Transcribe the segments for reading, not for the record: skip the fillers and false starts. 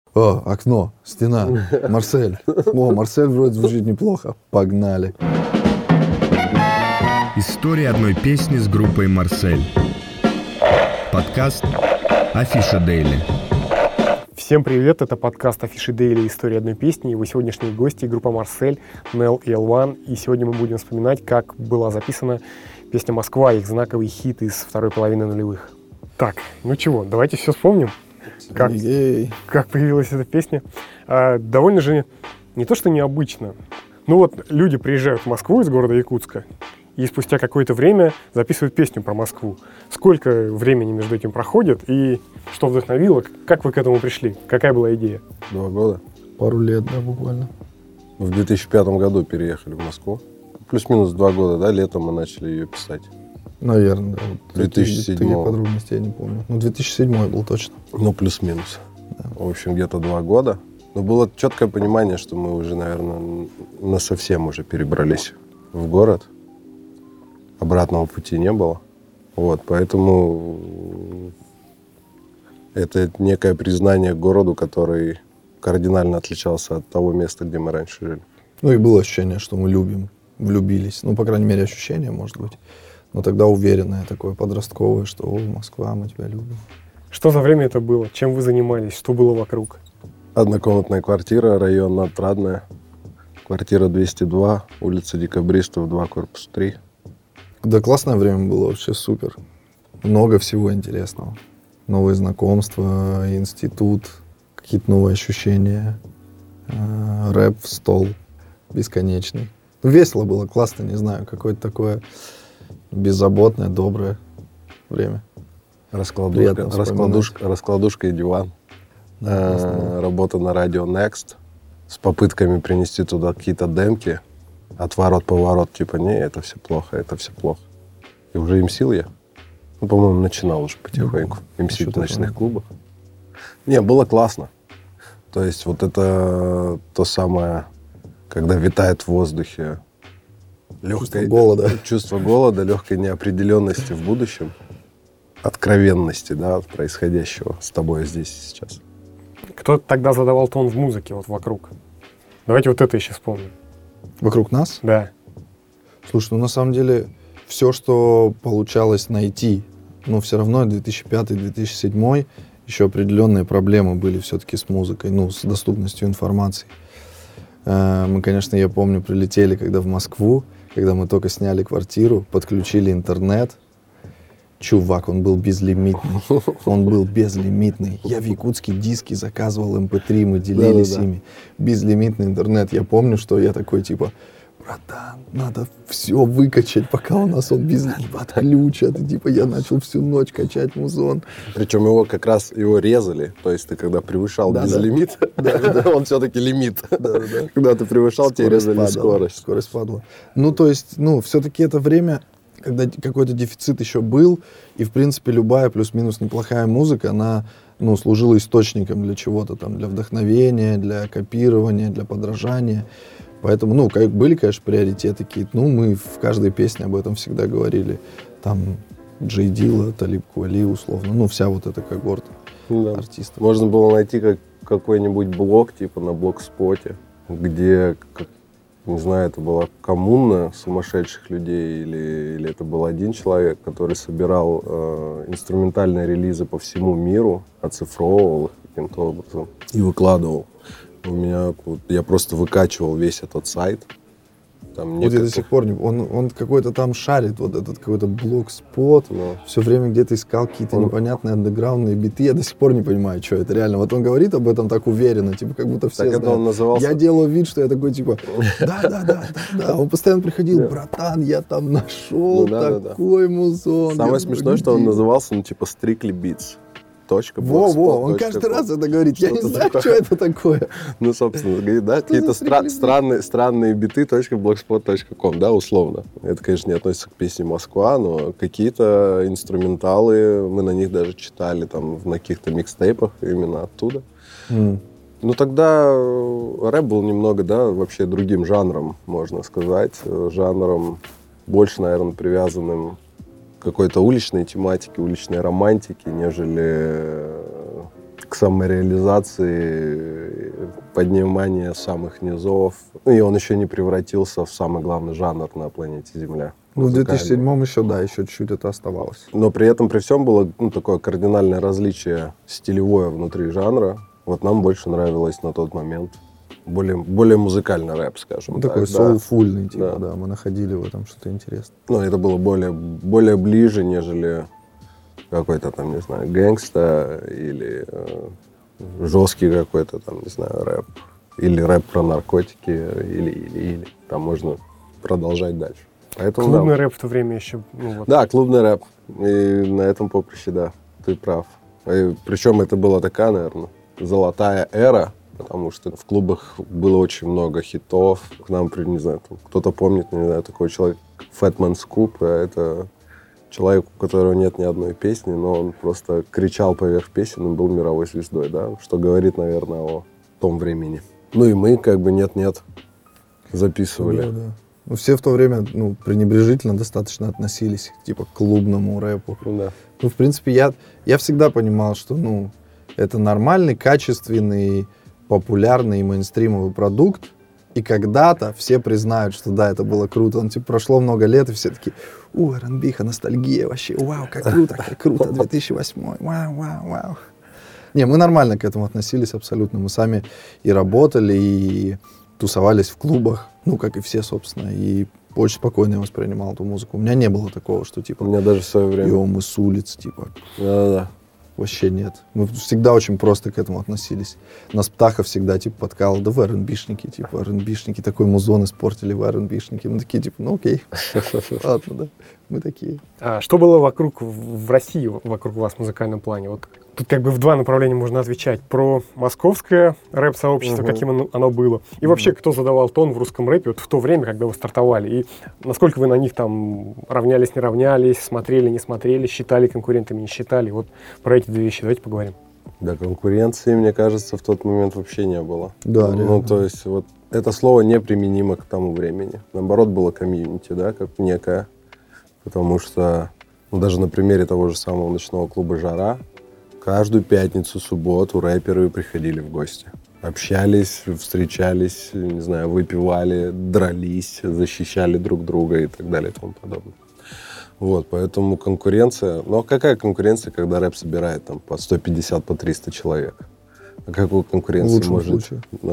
О, окно, стена, Марсель. О, Марсель вроде звучит неплохо. Погнали. История одной песни с группой «Марсель». Подкаст «Афиша Дейли». Всем привет, это подкаст «Афиши Дейли. История одной песни». Его сегодняшние гости — группа «Марсель», Нел и L1. И сегодня мы будем вспоминать, как была записана песня «Москва», их знаковый хит из второй половины нулевых. Так, ну чего, давайте все вспомним, как появилась эта песня. Довольно же не то что необычно. Ну вот люди приезжают в Москву из города Якутска, и спустя какое-то время записывают песню про Москву. Сколько времени между этим проходит, и что вдохновило, как вы к этому пришли, какая была идея? 2 года. Пару лет, да, буквально. В 2005 году переехали в Москву. Плюс-минус 2 года, да, летом мы начали ее писать. Наверное, да. Вот 2007. Такие подробности я не помню. Ну, 2007 был точно. Ну, плюс-минус. Да. В общем, где-то 2 года. Но было четкое понимание, что мы уже, наверное, насовсем уже перебрались в город. Обратного пути не было. Вот, поэтому это некое признание городу, который кардинально отличался от того места, где мы раньше жили. Ну и было ощущение, что мы любим, влюбились. Ну, по крайней мере, ощущение, может быть. Но тогда уверенное такое, подростковое, что «О, Москва, мы тебя любим». Что за время это было? Чем вы занимались? Что было вокруг? Однокомнатная квартира, район Отрадная. Квартира 202, улица Декабристов, 2, корпус 3. Да, классное время было, вообще супер. Много всего интересного. Новые знакомства, институт, какие-то новые ощущения. Рэп в стол бесконечный. Ну, весело было, классно, не знаю, какое-то такое беззаботное, доброе время. Раскладушка и диван. Работа на радио Next с попытками принести туда какие-то демки. Отворот-поворот, типа, не, это все плохо. И уже имсил я. Ну, по-моему, начинал уже потихоньку имсить в ночных клубах. Не, было классно. То есть вот это то самое, когда витает в воздухе чувство голода, легкой неопределенности в будущем, откровенности, да, от происходящего с тобой здесь и сейчас. Кто тогда задавал тон в музыке вот вокруг? Давайте вот это еще вспомним. Вокруг нас? Да. Слушай, ну на самом деле все, что получалось найти, но все равно 2005-2007 еще определенные проблемы были все-таки с музыкой, ну, с доступностью информации. Мы, конечно, я помню, прилетели когда в Москву, когда мы только сняли квартиру, подключили интернет. Чувак, он был безлимитный. Я в Якутске диски заказывал, MP3, мы делились ими. Безлимитный интернет. Я помню, что я такой, типа, братан, надо все выкачать, пока у нас он отключат. И, типа, я начал всю ночь качать музон. Причем его как раз резали. То есть ты когда превышал безлимит, он все-таки лимит. Когда ты превышал, тебе резали скорость. Скорость падала. Ну, то есть, все-таки это время, когда какой-то дефицит еще был, и, в принципе, любая плюс-минус неплохая музыка, она, служила источником для чего-то там, для вдохновения, для копирования, для подражания. Поэтому, были, конечно, приоритеты какие-то. Мы в каждой песне об этом всегда говорили. Там Джей Дилла, Талиб Квели, условно. Вся вот эта когорта артистов. Можно было найти какой-нибудь блог, типа на блогспоте, где, не знаю, это была коммуна сумасшедших людей или это был один человек, который собирал инструментальные релизы по всему миру, оцифровывал их каким-то образом и выкладывал. Я просто выкачивал весь этот сайт. Там я до сих пор не... Он какой-то там шарит, вот этот какой-то блогспот. Все время где-то искал какие-то непонятные андеграундные биты. Я до сих пор не понимаю, что это реально. Вот он говорит об этом так уверенно, типа как будто все знают. Он назывался... Я делал вид, что я такой, типа, да. Он постоянно приходил, братан, я там нашел такой музон. Самое смешное, что он назывался, Strictly Beats. Он каждый раз это говорит. Я не знаю, что это такое. Собственно, говорит, да, какие-то странные биты .blogspot.com, да, условно. Это, конечно, не относится к песне «Москва», но какие-то инструменталы, мы на них даже читали там на каких-то микстейпах именно оттуда. Тогда рэп был немного, вообще другим жанром, можно сказать. Жанром больше, наверное, привязанным какой-то уличной тематики, уличной романтики, нежели к самореализации, поднимания самых низов. Ну, и он еще не превратился в самый главный жанр на планете Земля. Ну, в 2007-м еще чуть-чуть это оставалось. Но при этом, при всем, было такое кардинальное различие стилевое внутри жанра. Вот нам больше нравилось на тот момент более музыкальный рэп, скажем так. Такой соулфульный, типа, да. Мы находили в этом что-то интересное. Ну, это было более ближе, нежели какой-то там, не знаю, гэнгста или жесткий какой-то там, не знаю, рэп. Или рэп про наркотики, или. Там можно продолжать дальше. Поэтому, клубный рэп в то время еще... Да, клубный рэп. И на этом поприще, да, ты прав. И причем это была такая, наверное, золотая эра, потому что в клубах было очень много хитов. К нам, не знаю, кто-то помнит, не знаю, такой человек, Fatman Scoop. Это человек, у которого нет ни одной песни, но он просто кричал поверх песен и был мировой звездой, да, что говорит, наверное, о том времени. Ну и мы как бы нет-нет записывали. Да. Ну, все в то время пренебрежительно достаточно относились типа к клубному рэпу. Да. Ну, в принципе, я всегда понимал, что это нормальный, качественный, популярный мейнстримовый продукт. И когда-то все признают, что да, это было круто. Прошло много лет, и все такие: R&B-ха, ностальгия вообще, вау, как круто, 2008, вау. Не, мы нормально к этому относились абсолютно. Мы сами и работали, и тусовались в клубах, как и все, собственно, и очень спокойно я воспринимал эту музыку. У меня не было такого, что У меня даже в свое время. Мы с улиц, Да. Вообще нет. Мы всегда очень просто к этому относились. Нас Птаха всегда подкалывал: да вы R&B-шники, R&B-шники такой музон испортили, вы R&B-шники. Мы такие, окей, ладно, да, мы такие. А что было вокруг, в России, вокруг вас в музыкальном плане? Вот тут как бы в два направления можно отвечать. Про московское рэп-сообщество, каким оно было. И вообще, кто задавал тон в русском рэпе вот в то время, когда вы стартовали. И насколько вы на них там равнялись, не равнялись, смотрели, не смотрели, считали конкурентами, не считали. Вот про эти две вещи давайте поговорим. Да, конкуренции, мне кажется, в тот момент вообще не было. Да, реально. То есть вот это слово неприменимо к тому времени. Наоборот, было комьюнити, да, как некое. Потому что, даже на примере того же самого ночного клуба «Жара», каждую пятницу, субботу рэперы приходили в гости. Общались, встречались, не знаю, выпивали, дрались, защищали друг друга и так далее и тому подобное. Вот, поэтому конкуренция... Ну, а какая конкуренция, когда рэп собирает там по 150, по 300 человек? А какую конкуренцию может...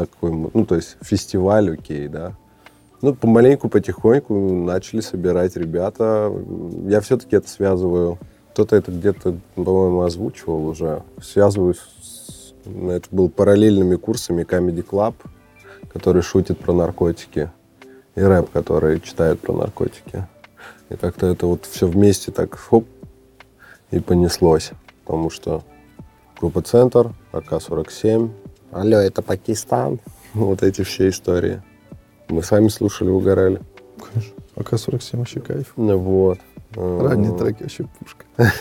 то есть фестиваль, окей, да. Помаленьку, потихоньку начали собирать ребята. Я все-таки это связываю... Кто-то это где-то, по-моему, озвучивал уже. Связываю это был параллельными курсами Comedy Club, который шутит про наркотики, и рэп, который читает про наркотики. И как-то это вот все вместе так хоп, и понеслось. Потому что группа «Центр», АК-47, «Алло, это Пакистан». Вот эти все истории. Мы сами слушали, угорали. Конечно. АК-47 вообще кайф. Вот. Ранние треки вообще пушка.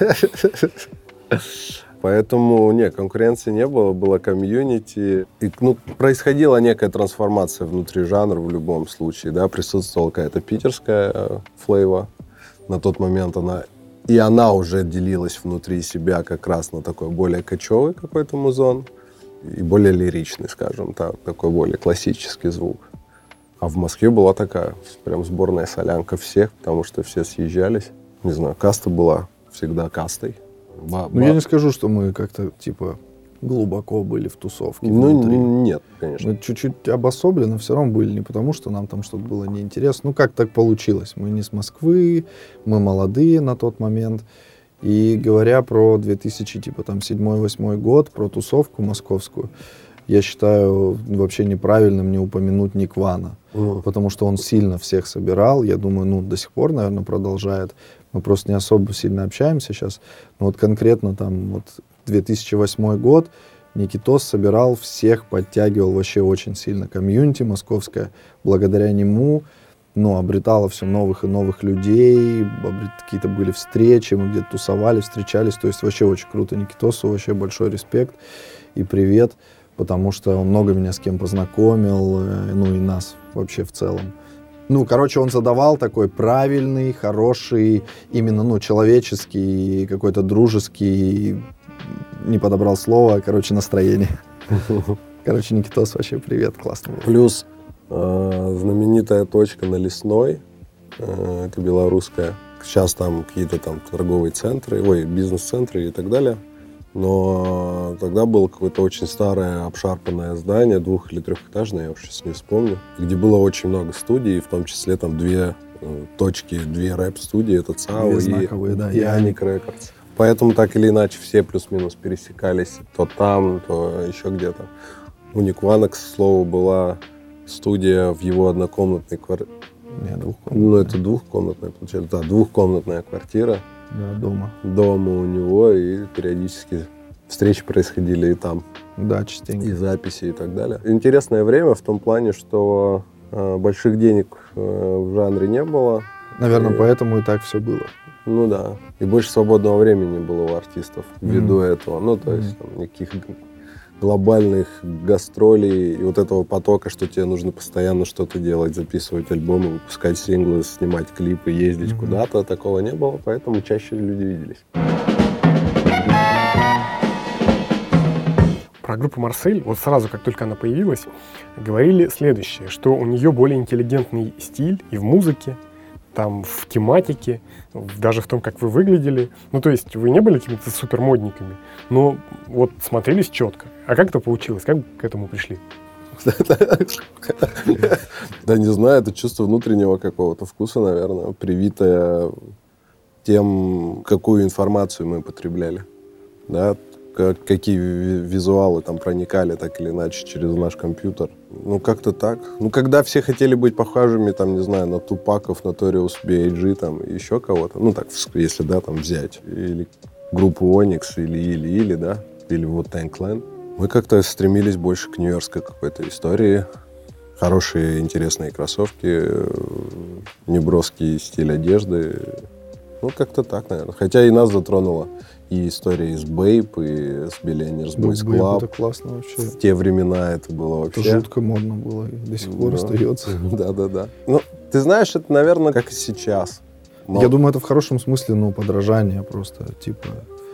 Поэтому, конкуренции не было, было комьюнити. И, происходила некая трансформация внутри жанра в любом случае, да, присутствовала какая-то питерская флейва. На тот момент она уже делилась внутри себя как раз на такой более кочевый какой-то музон и более лиричный, скажем так, такой более классический звук. А в Москве была такая прям сборная солянка всех, потому что все съезжались. Не знаю, каста была всегда кастой. Я не скажу, что мы как-то, глубоко были в тусовке. Нет, конечно. Мы чуть-чуть обособленно все равно были, не потому что нам там что-то было неинтересно. Как так получилось? Мы не с Москвы, мы молодые на тот момент. И говоря про 2007-2008 год, про тусовку московскую, я считаю вообще неправильным не упомянуть Никвана, потому что он сильно всех собирал. Я думаю, до сих пор, наверное, продолжает. Мы просто не особо сильно общаемся сейчас. Но вот конкретно 2008 год Никитос собирал всех, подтягивал вообще очень сильно. Комьюнити московское, благодаря нему, обретало все новых и новых людей, какие-то были встречи, мы где-то тусовали, встречались. То есть вообще очень круто Никитосу, вообще большой респект и привет. Потому что он много меня с кем познакомил, и нас вообще в целом. Ну, короче, он задавал такой правильный, хороший, именно, ну, человеческий, какой-то дружеский, не подобрал слово, короче, настроение. Короче, Никитос, вообще привет, классно было. Плюс знаменитая точка на Лесной, это белорусская. Сейчас там какие-то там торговые центры, бизнес-центры и так далее. Но тогда было какое-то очень старое обшарпанное здание, 2- или 3-этажное, я уж сейчас не вспомню, где было очень много студий, в том числе там 2 точки, 2 рэп-студии, это ЦАО и Аник Рекордс. Поэтому так или иначе все плюс-минус пересекались то там, то еще где-то. У Никвана, к слову, была студия в его однокомнатной квартире. Нет, двухкомнатная. Ну, это двухкомнатная, получается. Да, двухкомнатная квартира. Да, дома. Дома у него, и периодически встречи происходили и там. Да, частенько. И записи, и так далее. Интересное время в том плане, что больших денег в жанре не было. Наверное, поэтому и так все было. Ну да. И больше свободного времени было у артистов ввиду этого. Ну, то есть там, никаких глобальных гастролей и вот этого потока, что тебе нужно постоянно что-то делать, записывать альбомы, выпускать синглы, снимать клипы, ездить куда-то. Такого не было, поэтому чаще люди виделись. Про группу «Марсель», вот сразу, как только она появилась, говорили следующее, что у нее более интеллигентный стиль и в музыке, там, в тематике, даже в том, как вы выглядели. Ну, то есть вы не были какими-то супермодниками, но вот смотрелись четко. А как это получилось? Как к этому пришли? Да не знаю, это чувство внутреннего какого-то вкуса, наверное, привитое тем, какую информацию мы потребляли. Да? Какие визуалы там проникали так или иначе через наш компьютер. Ну, как-то так. Ну, когда все хотели быть похожими, там, не знаю, на Тупаков, Notorious B.I.G., там, еще кого-то. Ну, так, если, да, там, взять. Или группу Onyx, или, да, или Wu-Tang Clan. Мы как-то стремились больше к нью-йоркской какой-то истории. Хорошие, интересные кроссовки, неброский стиль одежды. Ну, как-то так, наверное. Хотя и нас затронуло и история с Бейп, и с Billionaires Boys Club. Это классно вообще. В те времена это было вообще... Это жутко модно было, и до сих пор остается. Да. Ну, ты знаешь, это, наверное, как и сейчас. Я думаю, это в хорошем смысле, ну, подражание просто. Типа,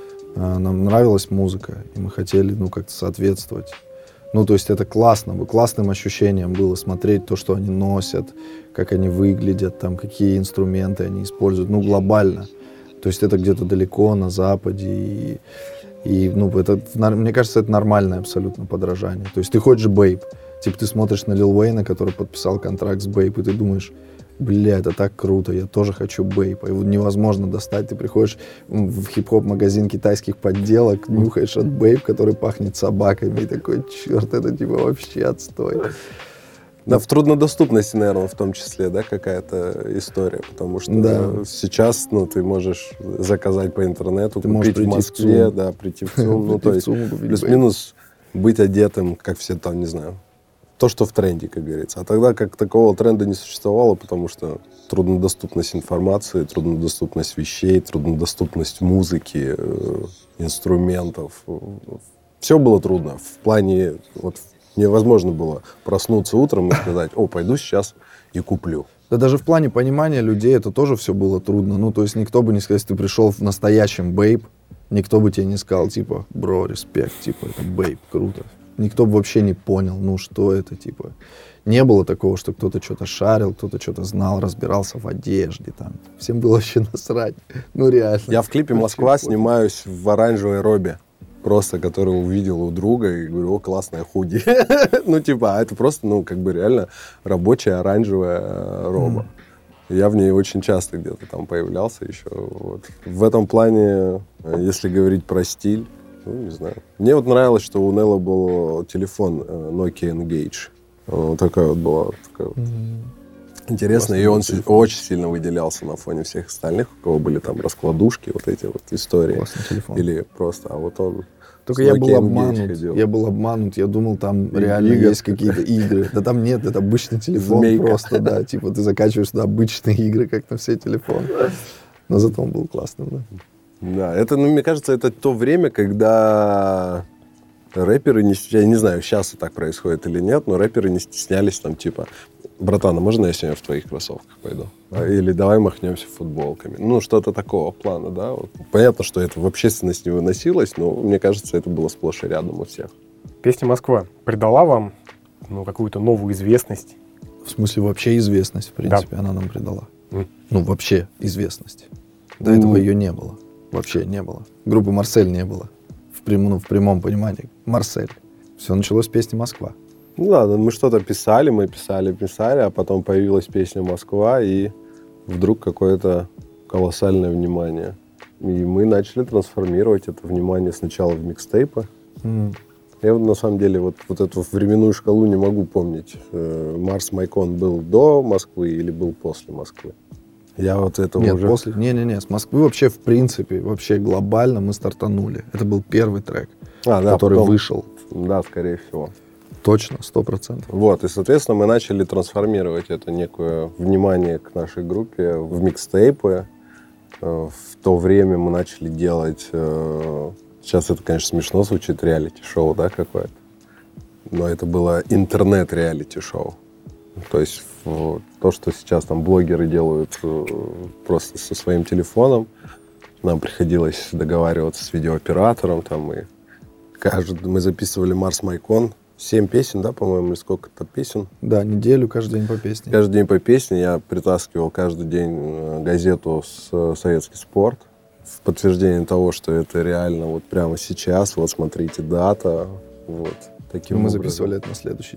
нам нравилась музыка, и мы хотели, ну, как-то соответствовать. Ну, то есть это классно, классным ощущением было смотреть то, что они носят, как они выглядят, там, какие инструменты они используют, ну, глобально. То есть это где-то далеко, на Западе, и ну, это, мне кажется, это нормальное абсолютно подражание. То есть ты хочешь Бейп, типа ты смотришь на Лил Уэйна, который подписал контракт с Бейп, и ты думаешь, бля, это так круто, я тоже хочу Бейпа. Его невозможно достать, ты приходишь в хип-хоп-магазин китайских подделок, нюхаешь от Бейп, который пахнет собаками, и такой, черт, это типа вообще отстой. Да, в труднодоступности, наверное, в том числе, да, какая-то история, потому что сейчас, ну, ты можешь заказать по интернету, ты купить в Москве, прийти в ЦУМ, ну, то есть плюс-минус быть одетым, как все там, не знаю, то, что в тренде, как говорится. А тогда как такого тренда не существовало, потому что труднодоступность информации, труднодоступность вещей, труднодоступность музыки, инструментов, все было трудно. В плане, вот, невозможно было проснуться утром и сказать, пойду сейчас и куплю. Да даже в плане понимания людей это тоже все было трудно. Ну, то есть никто бы не сказал, если ты пришел в настоящем Бейп, никто бы тебе не сказал, типа, бро, респект, типа, это Бейп, круто. Никто бы вообще не понял, ну, что это, типа. Не было такого, что кто-то что-то шарил, кто-то что-то знал, разбирался в одежде, там. Всем было вообще насрать. Ну, реально. Я в клипе «Москва» снимаюсь в оранжевой робе. Просто, который увидел у друга и говорю, классная худи. Ну, типа, это просто, ну, как бы реально рабочая оранжевая роба. Я в ней очень часто где-то там появлялся еще. Вот. В этом плане, если говорить про стиль, ну, не знаю. Мне вот нравилось, что у Нелла был телефон Nokia Engage. Вот такая вот была. Интересно, и он очень сильно выделялся на фоне всех остальных, у кого были там раскладушки, вот эти вот истории. Классный телефон. Или просто, а вот он... Только я был обманут, я думал, там реально есть какие-то игры. Да там нет, это обычный телефон просто, да. Типа ты закачиваешь на обычные игры, как на все телефоны. Но зато он был классным, да. Да, это, ну, мне кажется, это то время, когда рэперы, я не знаю, сейчас так происходит или нет, но рэперы не стеснялись там, типа, братан, а можно я сегодня в твоих кроссовках пойду? Или давай махнемся футболками. Ну, что-то такого плана, да. Вот. Понятно, что это в общественность не выносилось, но мне кажется, это было сплошь и рядом у всех. Песня «Москва» придала вам какую-то новую известность? В смысле, вообще известность, в принципе, она нам придала. Ну, вообще известность. До этого ее не было. Вообще не было. Группы «Марсель» не было. В прямом понимании. «Марсель». Все началось с песни «Москва». Ну да, мы что-то писали, а потом появилась песня «Москва», и вдруг какое-то колоссальное внимание. И мы начали трансформировать это внимание сначала в микстейпы. Я на самом деле вот эту временную шкалу не могу помнить. Марс Майкон был до Москвы или был после Москвы? Я вот этого Нет, уже... после. Не-не-не, с Москвы вообще в принципе, вообще глобально мы стартанули. Это был первый трек, который вышел. Да, скорее всего. Точно, 100%. Вот, и, соответственно, мы начали трансформировать это некое внимание к нашей группе в микстейпы. В то время мы начали делать... Сейчас это, конечно, смешно звучит, реалити-шоу, да, какое-то. Но это было интернет-реалити-шоу. То есть то, что сейчас там блогеры делают просто со своим телефоном, нам приходилось договариваться с видеооператором. Там, и мы записывали «Марс Майкон». 7 песен, да, по-моему, или сколько-то песен? Да, неделю, каждый день по песне. Каждый день по песне. Я притаскивал каждый день газету «Советский спорт» в подтверждение того, что это реально вот прямо сейчас. Вот смотрите, дата. Вот. Таким мы образом. Записывали это на следующий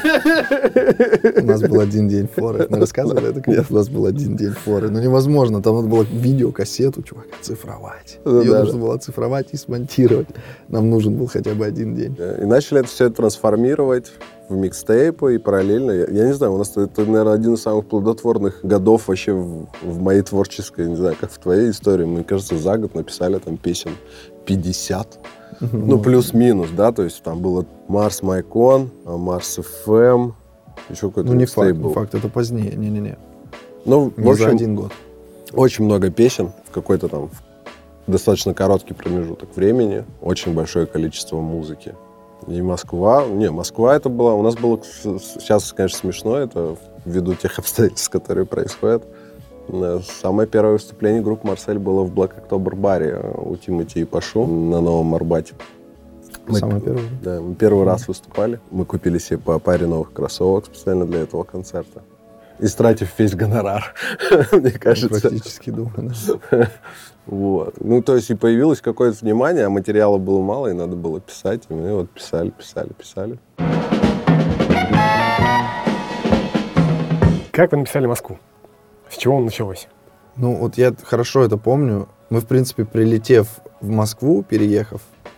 день. У нас был один день форы. Мы рассказывали это? Нет, у нас был один день форы. Ну невозможно. Там надо было видеокассету, чувак, оцифровать. Ее нужно было оцифровать и смонтировать. Нам нужен был хотя бы один день. И начали это все трансформировать в микстейпы и параллельно. Я не знаю, у нас это, наверное, один из самых плодотворных годов вообще в моей творческой, не знаю, как в твоей истории. Мы, кажется, за год написали там песен 50. Ну, плюс-минус, да, то есть там было Марс Майкон, Марс ФМ, еще какой-то микстейп был. Не факт, это позднее, не-не-не. Ну, в общем, за один год. Очень много песен в какой-то там достаточно короткий промежуток времени, очень большое количество музыки. И Москва это была, у нас было, сейчас, конечно, смешно, это ввиду тех обстоятельств, которые происходят. Самое первое выступление группы «Марсель» было в Black October баре у Тимати и Пашу на Новом Арбате. Самое первое? Да, мы первый раз выступали. Мы купили себе по паре новых кроссовок специально для этого концерта. Истратив весь гонорар, мне кажется. Практически, думаю, да. Вот. Ну, то есть и появилось какое-то внимание, а материала было мало, и надо было писать. И мы вот писали. Как вы написали «Москву»? С чего он началось? Ну, вот я хорошо это помню. Мы, в принципе, прилетев в Москву, переехав,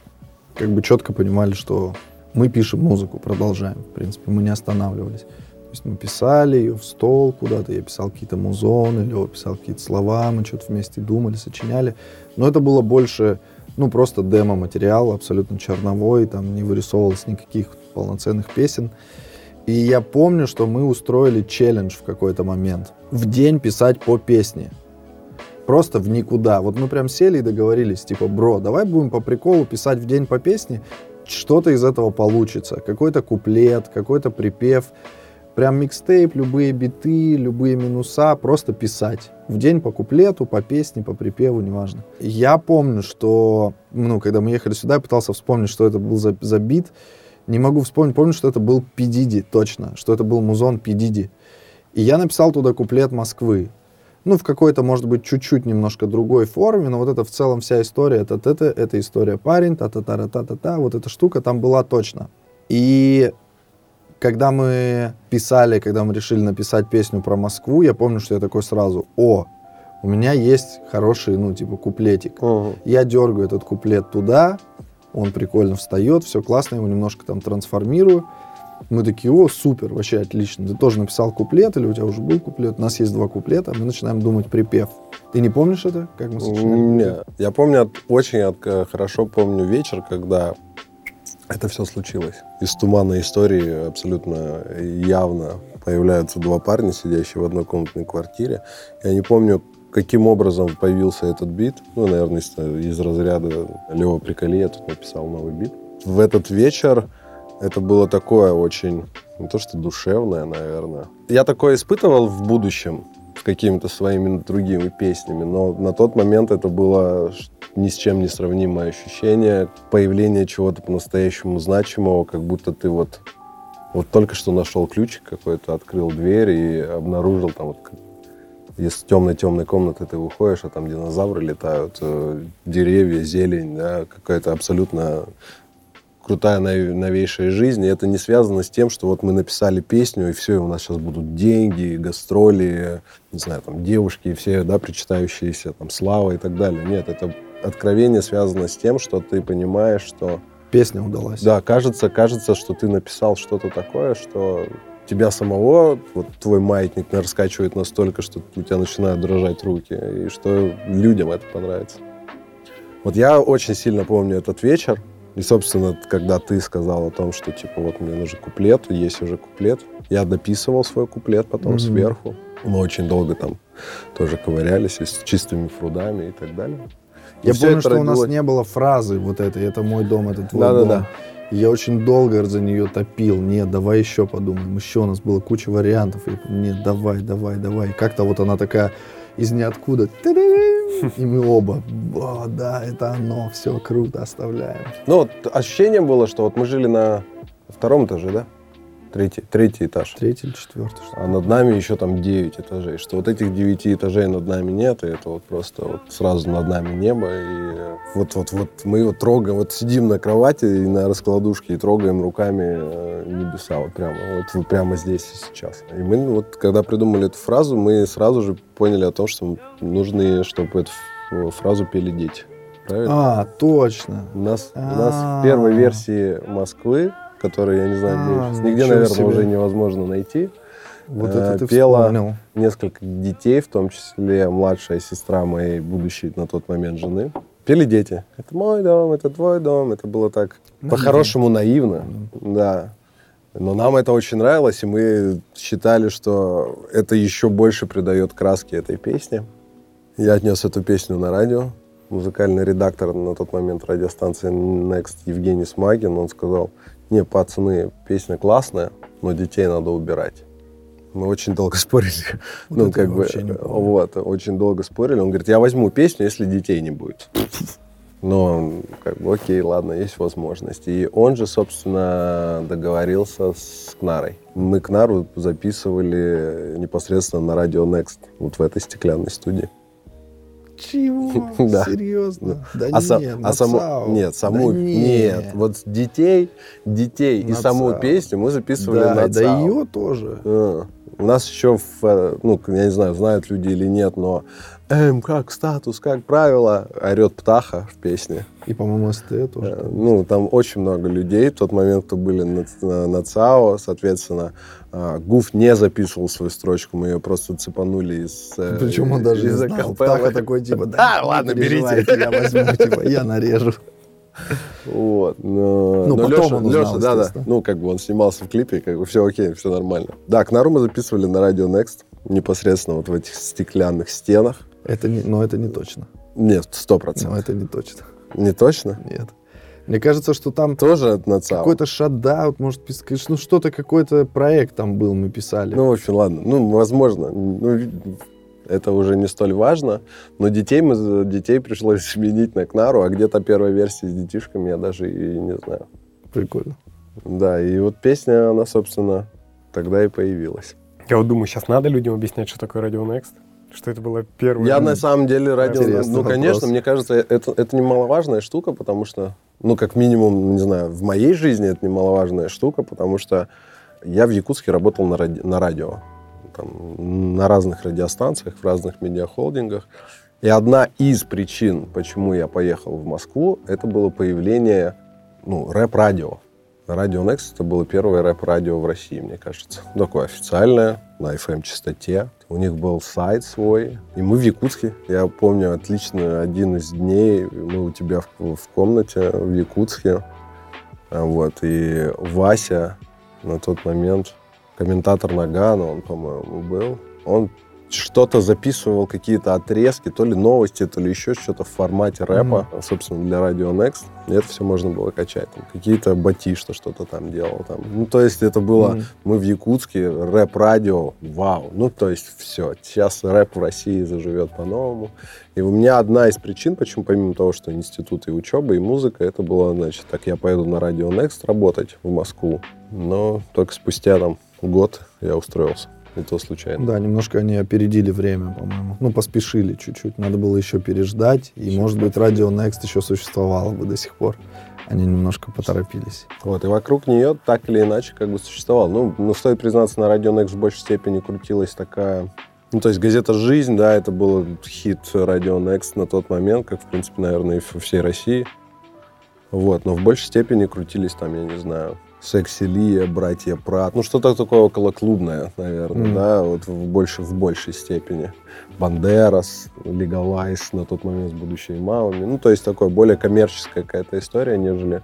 как бы четко понимали, что мы пишем музыку, продолжаем. В принципе, мы не останавливались. То есть мы писали ее в стол куда-то, я писал какие-то музоны, Лёва писал какие-то слова, мы что-то вместе думали, сочиняли. Но это было больше, просто демо-материал, абсолютно черновой, там не вырисовывалось никаких полноценных песен. И я помню, что мы устроили челлендж в какой-то момент. В день писать по песне. Просто в никуда. Вот мы прям сели и договорились, типа, бро, давай будем по приколу писать в день по песне, что-то из этого получится. Какой-то куплет, какой-то припев. Прям микстейп, любые биты, любые минуса, просто писать. В день по куплету, по песне, по припеву, неважно. Я помню, что, когда мы ехали сюда, я пытался вспомнить, что это был за бит. Не могу вспомнить, помню, что это был P. Diddy, точно, что это был музон P. Diddy. И я написал туда куплет Москвы. В какой-то, может быть, чуть-чуть немножко другой форме, но вот это в целом вся история, это история парень, та-та-та-та-та-та, вот эта штука там была точно. И когда мы решили написать песню про Москву, я помню, что я такой сразу, у меня есть хороший, куплетик. Я дергаю этот куплет туда, он прикольно встает, все классно, я его немножко там трансформирую. Мы такие, супер, вообще отлично. Ты тоже написал куплет, или у тебя уже был куплет? У нас есть 2 куплета, мы начинаем думать припев. Ты не помнишь это, как мы сочиняли? Нет. Я помню, хорошо помню вечер, когда это все случилось. Из туманной истории абсолютно явно появляются 2 парня, сидящие в однокомнатной квартире. Я не помню, каким образом появился этот бит. Наверное, из разряда «Лёва, приколи, я тут написал новый бит». В этот вечер это было такое очень не то что душевная, наверное. Я такое испытывал в будущем с какими-то своими другими песнями, но на тот момент это было ни с чем не сравнимое ощущение появления чего-то по-настоящему значимого, как будто ты вот только что нашел ключик какой-то, открыл дверь и обнаружил там вот, из темной-темной комнаты ты выходишь, а там динозавры летают, деревья, зелень, да, какая-то абсолютно крутая новейшая жизнь. И это не связано с тем, что вот мы написали песню, и все, и у нас сейчас будут деньги, гастроли, не знаю, там, девушки, все, да, причитающиеся, там, слава и так далее. Нет, это откровение связано с тем, что ты понимаешь, что... Песня удалась. Да, кажется, что ты написал что-то такое, что тебя самого, вот твой маятник раскачивает настолько, что у тебя начинают дрожать руки, и что людям это понравится. Вот я очень сильно помню этот вечер, и, собственно, когда ты сказал о том, что, типа, вот мне нужен куплет, есть уже куплет, я дописывал свой куплет потом сверху. Мы очень долго там тоже ковырялись с чистыми фрудами и так далее. Я помню, что у нас не было фразы вот этой «это мой дом, это твой дом». Да. Я очень долго за нее топил. Нет, давай еще подумаем. Еще у нас было куча вариантов. И нет, давай. И как-то вот она такая из ниоткуда. И мы оба, о, да, это оно, все круто, оставляем. Ну, вот ощущение было, что вот мы жили на втором этаже, да? Третий этаж. Третий или четвертый. А над нами еще там 9 этажей. Что вот этих 9 этажей над нами нет, и это вот просто вот сразу над нами небо. И вот мы вот трогаем, вот сидим на кровати и на раскладушке и трогаем руками небеса вот прямо здесь и сейчас. И мы вот, когда придумали эту фразу, мы сразу же поняли о том, что нужно, чтобы эту фразу пели дети. Правильно? Точно. У нас в первой версии Москвы, который, я не знаю, нигде, наверное, уже невозможно найти. Вот это ты пела вспомнил. Несколько детей, в том числе младшая сестра моей будущей на тот момент жены. Пели дети. Это мой дом, это твой дом. Это было так по-хорошему наивно. Да. Но нам это очень нравилось, и мы считали, что это еще больше придает краски этой песне. Я отнес эту песню на радио. Музыкальный редактор на тот момент радиостанции Next Евгений Смагин, он сказал: не, пацаны, песня классная, но детей надо убирать. Мы очень долго спорили. Очень долго спорили. Он говорит: я возьму песню, если детей не будет. Но, окей, ладно, есть возможность. И он же, собственно, договорился с Кнарой. Мы Кнару записывали непосредственно на радио Next, вот в этой стеклянной студии. Чего? Да. Серьезно? Да нет. Вот детей и саму песню мы записывали на ЦАО. Да, ее тоже. У нас еще, я не знаю, знают люди или нет, но как статус, как правило, орет птаха в песне. И, по-моему, СТ тоже. Там очень много людей в тот момент, кто были на ЦАО, соответственно. Гуф не записывал свою строчку, мы ее просто цепанули из... Причем он даже не знал. Птаха такой, типа, ладно, берите. Я возьму, типа, я нарежу. Вот. Но потом он узнал, Леша, он снимался в клипе, все окей, все нормально. Да, Кнару мы записывали на радио Next, непосредственно вот в этих стеклянных стенах. Но это не точно. Нет, 100%. Но это не точно. Не точно? Нет. Мне кажется, что там тоже на ЦАО. Какой-то шатдаут, может, что-то, какой-то проект там был, мы писали. В общем, ладно. Возможно. Это уже не столь важно. Но детей пришлось сменить на Кнару, а где-то первая версия с детишками я даже и не знаю. Прикольно. Да, и вот песня, она, собственно, тогда и появилась. Я вот думаю, сейчас надо людям объяснять, что такое Radio Next? Что это было первое? Я на самом деле радио... Интересный конечно, вопрос. Мне кажется, это немаловажная штука, потому что, как минимум, не знаю, в моей жизни это немаловажная штука, потому что я в Якутске работал на радио, на разных радиостанциях, в разных медиахолдингах. И одна из причин, почему я поехал в Москву, это было появление рэп-радио. Радио Next — это было первое рэп-радио в России, мне кажется. Такое официальное, на FM-частоте. У них был сайт свой. И мы в Якутске. Я помню отлично один из дней мы у тебя в комнате в Якутске. И Вася на тот момент, комментатор Нагано, он, по-моему, был. Он что-то записывал, какие-то отрезки, то ли новости, то ли еще что-то в формате рэпа, собственно, для Radio Next. И это все можно было качать. Там, какие-то Батишта что-то там делал. Там. Ну, то есть это было... Мы в Якутске, рэп-радио, вау. Ну, то есть все. Сейчас рэп в России заживет по-новому. И у меня одна из причин, почему, помимо того, что институт и учеба, и музыка, это было, значит, так я поеду на Radio Next работать в Москву. Но только спустя там год я устроился. И то случайно. Да, немножко они опередили время, по-моему. Ну, поспешили чуть-чуть. Надо было еще переждать. И, может быть, Radio Next еще существовало бы до сих пор. Они немножко поторопились. Вот, и вокруг нее так или иначе как бы существовал. Ну, стоит признаться, на Radio Next в большей степени крутилась такая... Ну, то есть газета «Жизнь», да, это был хит Radio Next на тот момент, как, в принципе, наверное, и во всей России. Вот, но в большей степени крутились там, я не знаю... Секси Лия, Братья Прат. Ну, что-то такое околоклубное, наверное, да, вот в большей степени. Бандерас, Легалайз на тот момент с будущими мамами. Ну, то есть такое более коммерческая какая-то история, нежели...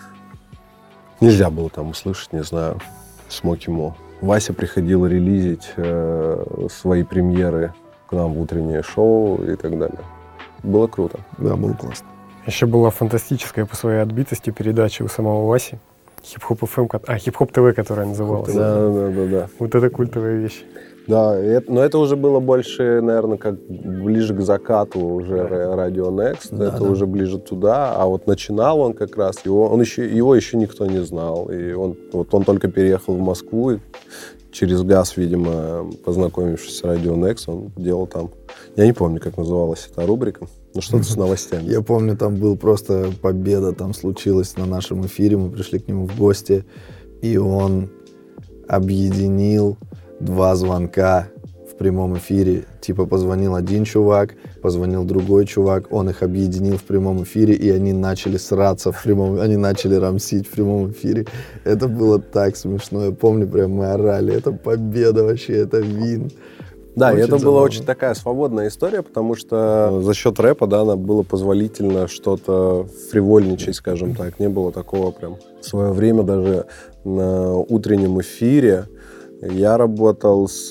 Нельзя было там услышать, не знаю, Смоки Мо. Вася приходил релизить свои премьеры к нам в утреннее шоу и так далее. Было круто. Да, было классно. Еще была фантастическая по своей отбитости передача у самого Васи. Хип-хоп ФМ, Хип-хоп ТВ, которая называлась. Да. Вот это культовая вещь. Да, но это уже было больше, наверное, как ближе к закату уже Radio Next. Да, это уже ближе туда. А вот начинал он как раз, его еще никто не знал. И он только переехал в Москву, и через ГАЗ, видимо, познакомившись с Radio Next, он делал там... Я не помню, как называлась эта рубрика. Ну, что-то с новостями. Я помню, там был просто победа, там случилась на нашем эфире, мы пришли к нему в гости, и он объединил 2 звонка в прямом эфире. Типа позвонил один чувак, позвонил другой чувак, он их объединил в прямом эфире, и они начали сраться они начали рамсить в прямом эфире. Это было так смешно, я помню, прям мы орали, это победа вообще, это вин. Да, и это была очень такая свободная история, потому что за счет рэпа, да, нам было позволительно что-то фривольничать, скажем так. Не было такого прям. В свое время даже на утреннем эфире я работал с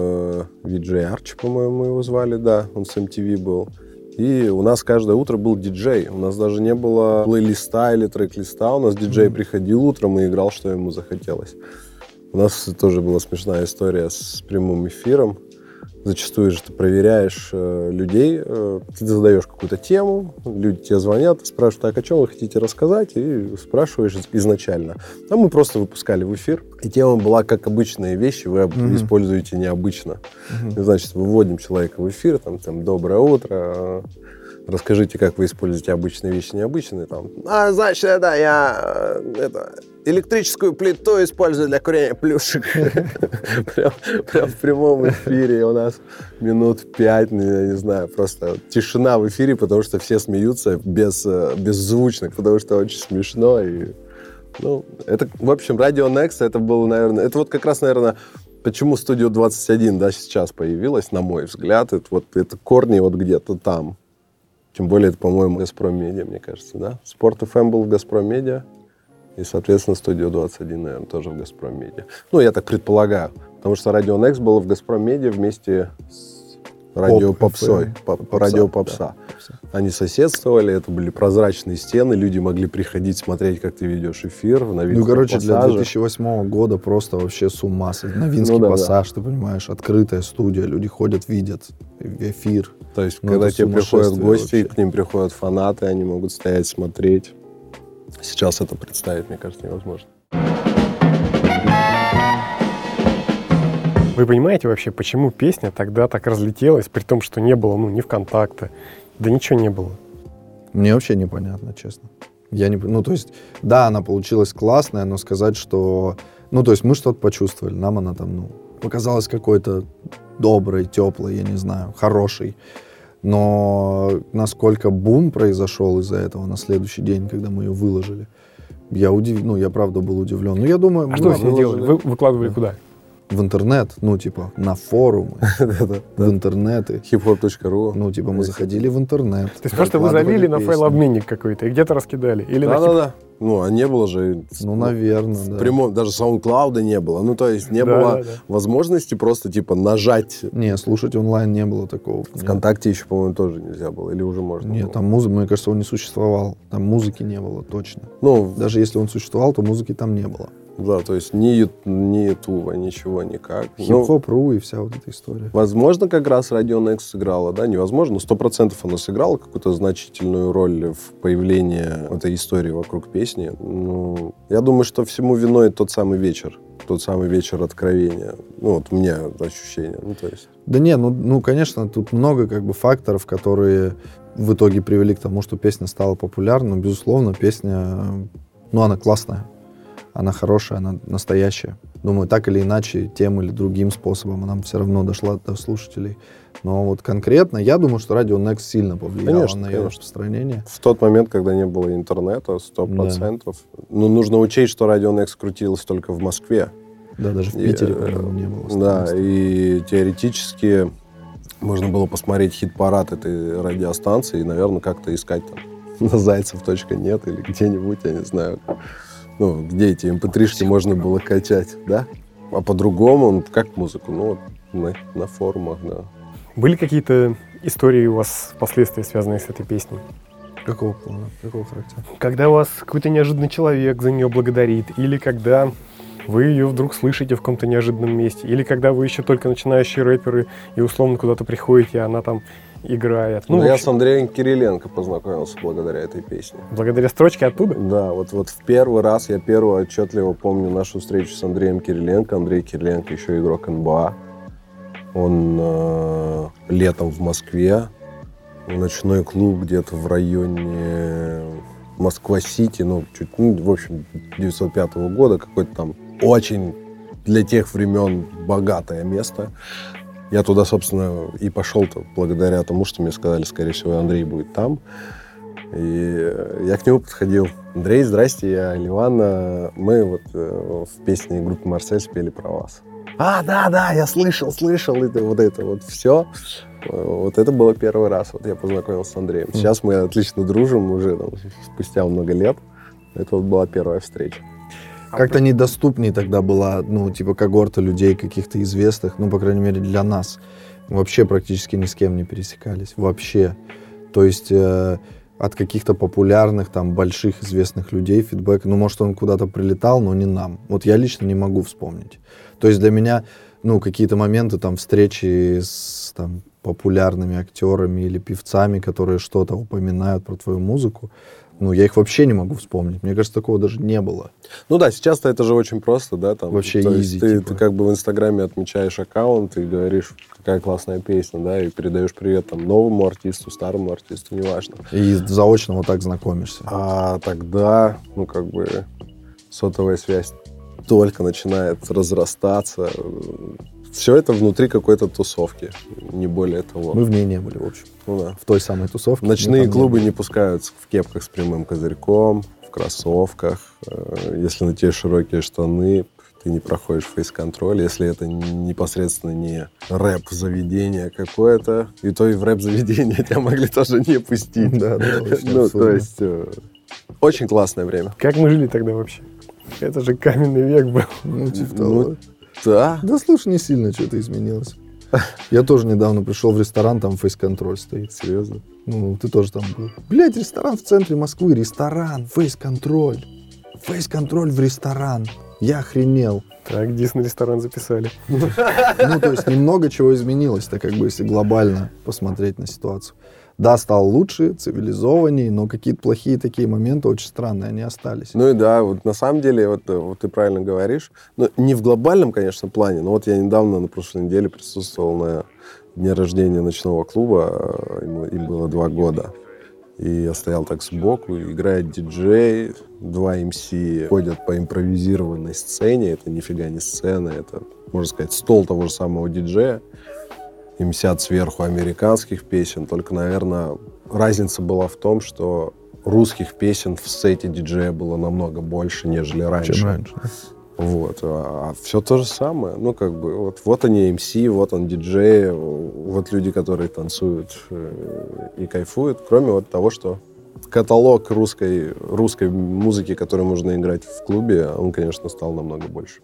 VJ Arch, по-моему, его звали, да, он с MTV был. И у нас каждое утро был диджей. У нас даже не было плейлиста или трек-листа. У нас диджей приходил утром и играл, что ему захотелось. У нас тоже была смешная история с прямым эфиром. Зачастую же ты проверяешь людей, ты задаешь какую-то тему, люди тебе звонят, спрашивают, так, о чем вы хотите рассказать, и спрашиваешь изначально. А мы просто выпускали в эфир, и тема была, как обычные вещи вы используете необычно. Значит, выводим человека в эфир, там «Доброе утро», расскажите, как вы используете обычные вещи необычные. Значит, я электрическую плиту использую для курения плюшек. Прям в прямом эфире у нас минут 5, я не знаю, просто тишина в эфире, потому что все смеются беззвучно, потому что очень смешно. Это, в общем, Radio Next, это было, наверное, это вот как раз, наверное, почему Studio 21, да, сейчас появилась, на мой взгляд, это корни вот где-то там. Тем более, это, по-моему, Газпром Медиа, мне кажется, да? Спорт FM был в Газпром Медиа, и, соответственно, Studio 21, наверное, тоже в Газпром Медиа. Ну, я так предполагаю, потому что Radio Next было в Газпром Медиа вместе с Радио Попсой, Радио Попса. Да. Они соседствовали, это были прозрачные стены, люди могли приходить, смотреть, как ты ведешь эфир. Для 2008 года просто вообще с ума. Новинский пассаж, ты понимаешь, открытая студия, люди ходят, видят эфир. То есть, когда тебе приходят гости, вообще. К ним приходят фанаты, они могут стоять, смотреть. Сейчас это представить, мне кажется, невозможно. Вы понимаете вообще, почему песня тогда так разлетелась, при том, что не было, ни ВКонтакта, да ничего не было? Мне вообще непонятно, честно. То есть, да, она получилась классная, но сказать, что... то есть мы что-то почувствовали, нам она там, показалась какой-то доброй, теплой, я не знаю, хорошей. Но насколько бум произошел из-за этого на следующий день, когда мы ее выложили, я правда был удивлен. Я думаю... что все делали? Вы выкладывали куда? В интернет, на форумы, в интернеты. hiphop.ru. Мы заходили в интернет. То есть просто вы залили на файлообменник какой-то и где-то раскидали? Или Да. Ну, а не было же... Ну, наверное, да. Прямом, даже SoundCloud не было. Ну, то есть не было возможности просто, типа, нажать. Не, слушать онлайн не было такого. ВКонтакте еще, по-моему, тоже нельзя было. Или уже можно Нет, было? там музыка, мне кажется, он не существовал. Там музыки не было, точно. Ну, даже если он существовал, то музыки там не было. Да, то есть ни Ютуба, ничего, никак. Хип-хоп.ру и вся вот эта история. Возможно, как раз Radio Next сыграла, да, невозможно, но 100% она сыграла какую-то значительную роль в появлении этой истории вокруг песни. Ну, я думаю, что всему виной тот самый вечер откровения. Ну, вот у меня ощущение. Ну, то есть... Да не, ну, конечно, тут много как бы факторов, которые в итоге привели к тому, что песня стала популярной. Но, безусловно, песня, ну, она классная. Она хорошая, она настоящая. Думаю, так или иначе, тем или другим способом она все равно дошла до слушателей. Но вот конкретно, я думаю, что Radio Next сильно повлияло на ее распространение. В тот момент, когда не было интернета, 100%. Да. Ну, нужно учесть, что Radio Next крутилось только в Москве. Да, даже в Питере, по-моему, не было. Да, и теоретически можно было посмотреть хит-парад этой радиостанции и, наверное, как-то искать там на Зайцев.нет или где-нибудь, я не знаю. Ну, где эти mp3-шки можно было качать, да? А по-другому, как музыку? Ну, вот на форумах, да. Были какие-то истории у вас впоследствии, связанные с этой песней? Какого плана? Какого характера? Когда вас какой-то неожиданный человек за нее благодарит, или когда вы ее вдруг слышите в каком-то неожиданном месте, или когда вы еще только начинающие рэперы и условно куда-то приходите, и она там играет. Ну, я с Андреем Кириленко познакомился благодаря этой песне. Благодаря строчке оттуда? Да, вот в первый раз я отчетливо помню нашу встречу с Андреем Кириленко. Андрей Кириленко еще игрок НБА. Он летом в Москве, ночной клуб где-то в районе Москва-Сити, в общем, 905 года, какой-то там очень для тех времен богатое место. Я туда, собственно, и пошел-то благодаря тому, что мне сказали, скорее всего, Андрей будет там. И я к нему подходил. Андрей, здрасте, я Ливан. Мы вот в песне группы «Марсель» спели про вас. Да, я слышал, это вот все. Вот это было первый раз, вот я познакомился с Андреем. Сейчас мы отлично дружим уже спустя много лет. Это вот была первая встреча. Как-то недоступней тогда была, когорта людей каких-то известных, по крайней мере, для нас. Вообще практически ни с кем не пересекались. Вообще. То есть от каких-то популярных, больших известных людей фидбэк, может, он куда-то прилетал, но не нам. Вот я лично не могу вспомнить. То есть для меня, какие-то моменты, встречи с популярными актерами или певцами, которые что-то упоминают про твою музыку, я их вообще не могу вспомнить. Мне кажется, такого даже не было. Ну да, сейчас-то это же очень просто, да? Вообще изи. Ты как бы в Инстаграме отмечаешь аккаунт и говоришь, какая классная песня, да, и передаешь привет новому артисту, старому артисту, неважно. И заочно вот так знакомишься. А тогда, сотовая связь только начинает разрастаться. Все это внутри какой-то тусовки, не более того. Мы в ней не были, в общем. Да. В той самой тусовке. Ночные клубы не пускаются в кепках с прямым козырьком, в кроссовках. Если на тебе широкие штаны, ты не проходишь фейс-контроль. Если это непосредственно не рэп-заведение какое-то, и то и в рэп-заведение тебя могли тоже не пустить. Да, то есть очень классное время. Как мы жили тогда вообще? Это же каменный век был. Да. Да, слушай, не сильно что-то изменилось. Я тоже недавно пришел в ресторан, там фейс-контроль стоит. Серьезно? Ты тоже там был. Блядь, ресторан в центре Москвы, ресторан, фейс-контроль. Фейс-контроль в ресторан. Я охренел. Так, Дисней ресторан записали. То есть немного чего изменилось-то, если глобально посмотреть на ситуацию. Да, стал лучше, цивилизованнее, но какие-то плохие такие моменты очень странные, они остались. Ну и да, вот на самом деле, вот ты правильно говоришь, не в глобальном, конечно, плане, но вот я недавно, на прошлой неделе, присутствовал на дне рождения ночного клуба, им было 2 года. И я стоял так сбоку, играет диджей, 2 МС ходят по импровизированной сцене, это нифига не сцена, это, можно сказать, стол того же самого диджея. И мсят сверху американских песен. Только, наверное, разница была в том, что русских песен в сете диджея было намного больше, нежели раньше. Чем раньше. Вот. А все то же самое. Вот они МС, вот он диджей, вот люди, которые танцуют и кайфуют. Кроме того, что каталог русской музыки, которую можно играть в клубе, он, конечно, стал намного больше.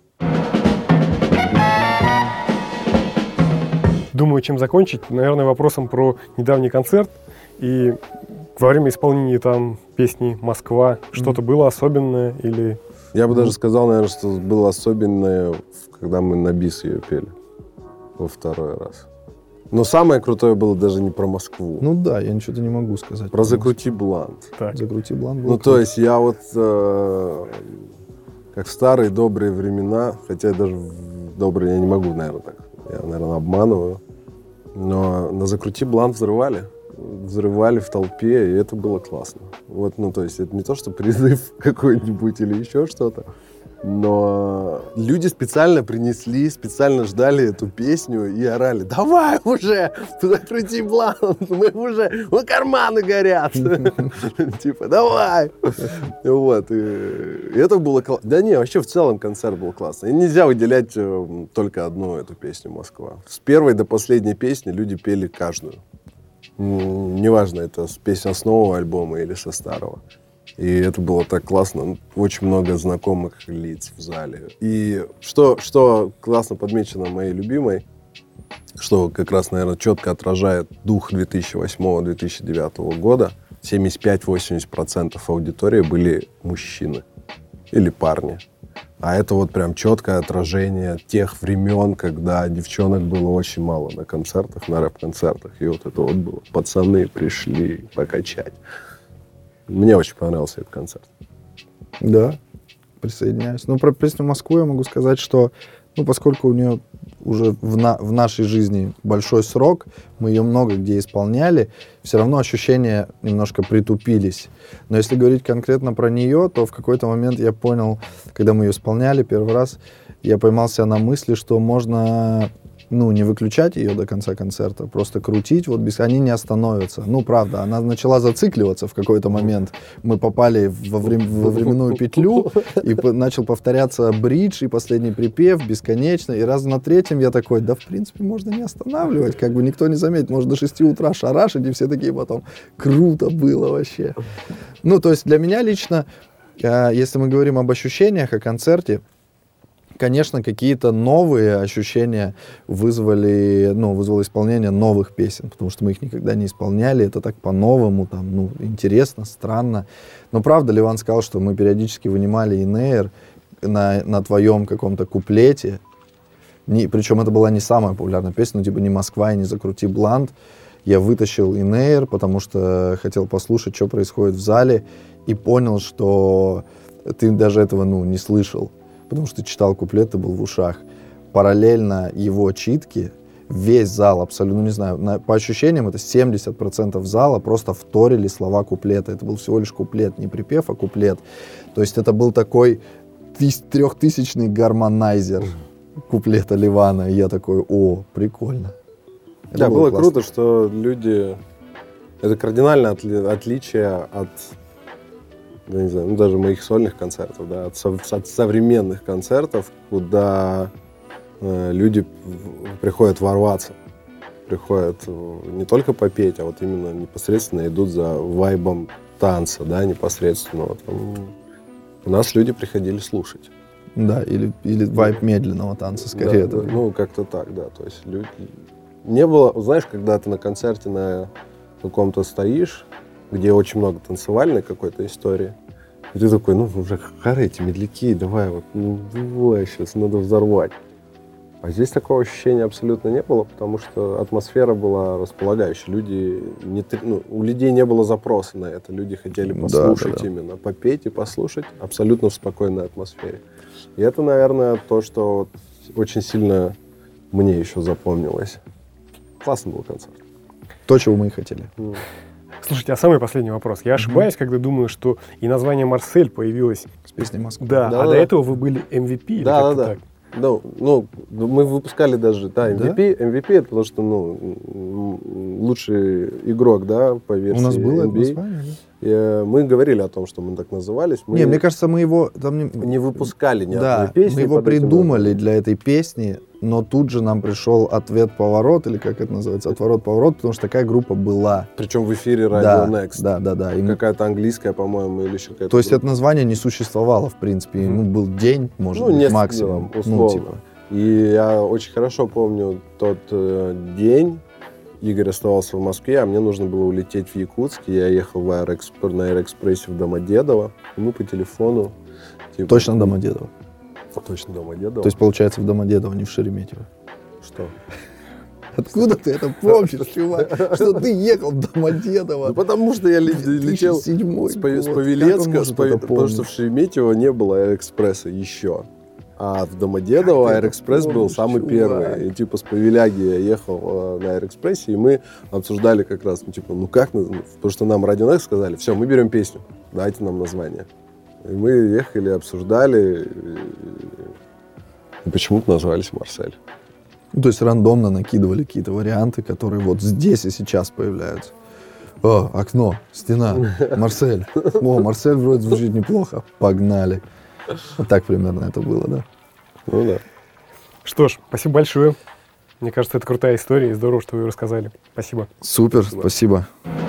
Думаю, чем закончить. Наверное, вопросом про недавний концерт. И во время исполнения там песни «Москва» что-то было особенное или... Я бы даже сказал, наверное, что было особенное, когда мы на бис ее пели во второй раз. Но самое крутое было даже не про Москву. Ну да, я ничего не могу сказать. Про «Закрути блант». Так. «Закрути блант» был Ну, то есть я вот, как в старые добрые времена, хотя даже в добрые я не могу, наверное, так. Я, наверное, обманываю. Но на «Закрути блант» взрывали в толпе, и это было классно. Вот, ну, то есть это не то, что призыв какой-нибудь или еще что-то, но люди специально специально ждали эту песню и орали: «Давай уже, закрути блант, у карманы горят». Типа, давай. Вот. И это было классно. Да не, вообще в целом концерт был классный. И нельзя выделять только одну эту песню «Москва». С первой до последней песни люди пели каждую. Неважно, это песня с нового альбома или со старого. И это было так классно. Очень много знакомых лиц в зале. И что классно подмечено моей любимой, что как раз, наверное, четко отражает дух 2008-2009 года, 75-80% аудитории были мужчины или парни. А это вот прям четкое отражение тех времен, когда девчонок было очень мало на концертах, на рэп-концертах. И вот это вот было. Пацаны пришли покачать. Мне очень понравился этот концерт. Да, присоединяюсь. Ну, про песню «Москву» я могу сказать, что, поскольку у нее уже в нашей жизни большой срок, мы ее много где исполняли, все равно ощущения немножко притупились. Но если говорить конкретно про нее, то в какой-то момент я понял, когда мы ее исполняли первый раз, я поймался на мысли, что можно... не выключать ее до конца концерта, просто крутить, они не остановятся. Правда, она начала зацикливаться в какой-то момент. Мы попали во временную петлю, и начал повторяться бридж и последний припев бесконечно, и раз на третьем я такой: да, в принципе, можно не останавливать, никто не заметит, может, до 6 утра шарашить, и все такие потом: круто было вообще. То есть для меня лично, если мы говорим об ощущениях, о концерте, конечно, какие-то новые ощущения вызвало исполнение новых песен, потому что мы их никогда не исполняли, это так по-новому, интересно, странно. Но правда, Ливан сказал, что мы периодически вынимали инейр на твоем каком-то куплете, причем это была не самая популярная песня, не «Москва» и не «Закрути блант». Я вытащил инейр, потому что хотел послушать, что происходит в зале, и понял, что ты даже этого не слышал. Потому что читал куплет, ты был в ушах. Параллельно его читке весь зал абсолютно, по ощущениям, это 70% зала просто вторили слова куплета. Это был всего лишь куплет, не припев, а куплет. То есть это был такой 3000-й гармонайзер куплета Ливана. И я такой: о, прикольно. Это было круто, что люди... Это кардинальное отличие от... я не знаю, даже моих сольных концертов, да, от современных концертов, куда люди приходят ворваться, приходят не только попеть, а вот именно непосредственно идут за вайбом танца, да, непосредственного. У нас люди приходили слушать. Да, или вайб медленного танца, скорее. Да, как-то так, да. То есть не было, знаешь, когда ты на концерте на каком-то стоишь, где очень много танцевальной какой-то истории. И ты такой: уже эти медляки, давай сейчас надо взорвать. А здесь такого ощущения абсолютно не было, потому что атмосфера была располагающей. У людей не было запроса на это. Люди хотели послушать именно, попеть и послушать абсолютно в спокойной атмосфере. И это, наверное, то, что очень сильно мне еще запомнилось. Классный был концерт. То, чего мы и хотели. Слушайте, а самый последний вопрос. Я ошибаюсь, когда думаю, что и название «Марсель» появилось... С песней «Москва». Да, до этого вы были MVP? Да. Мы выпускали даже, MVP. MVP это потому что, лучший игрок, да, по версии у нас было NBA. Это название, да? Мы говорили о том, что мы так назывались. Мне кажется, мы его... не выпускали ни одной да, песни. мы его придумали для этой песни, но тут же нам пришел ответ-поворот, или как это называется, отворот-поворот, потому что такая группа была. Причем в эфире Radio Да, Next. да. И Какая-то английская, по-моему, или еще какая-то. то есть это название не существовало, в принципе. Ну, был день, может быть, несколько, максимум. да, условно. Ну, типа. И я очень хорошо помню тот день. Игорь оставался в Москве, а мне нужно было улететь в Якутск. Я ехал на Аэроэкспрессе в Домодедово. И мы по телефону... Типа, Точно Домодедово. Точно Домодедово. То есть, получается, в Домодедово, не в Шереметьево. Что? Откуда ты это помнишь, чувак? Что ты ехал в Домодедово? Ну, потому что я летел 2007 с год. Павелецка, Как он может это потому что в Шереметьево не было Аэроэкспресса еще. А в Домодедово Аэроэкспресс был самый первый. И типа с Павеляги я ехал на Аэроэкспрессе, и мы обсуждали как раз, потому что нам Radio Next сказали, все, мы берем песню, дайте нам название. И мы ехали, обсуждали, и почему-то назвались «Марсель». Ну, то есть рандомно накидывали какие-то варианты, которые вот здесь и сейчас появляются. О, окно, стена, Марсель. О, Марсель вроде звучит неплохо. Погнали. Вот так примерно это было, да? Ну да. Что ж, спасибо большое. Мне кажется, это крутая история, и здорово, что вы ее рассказали. Спасибо. Супер, спасибо.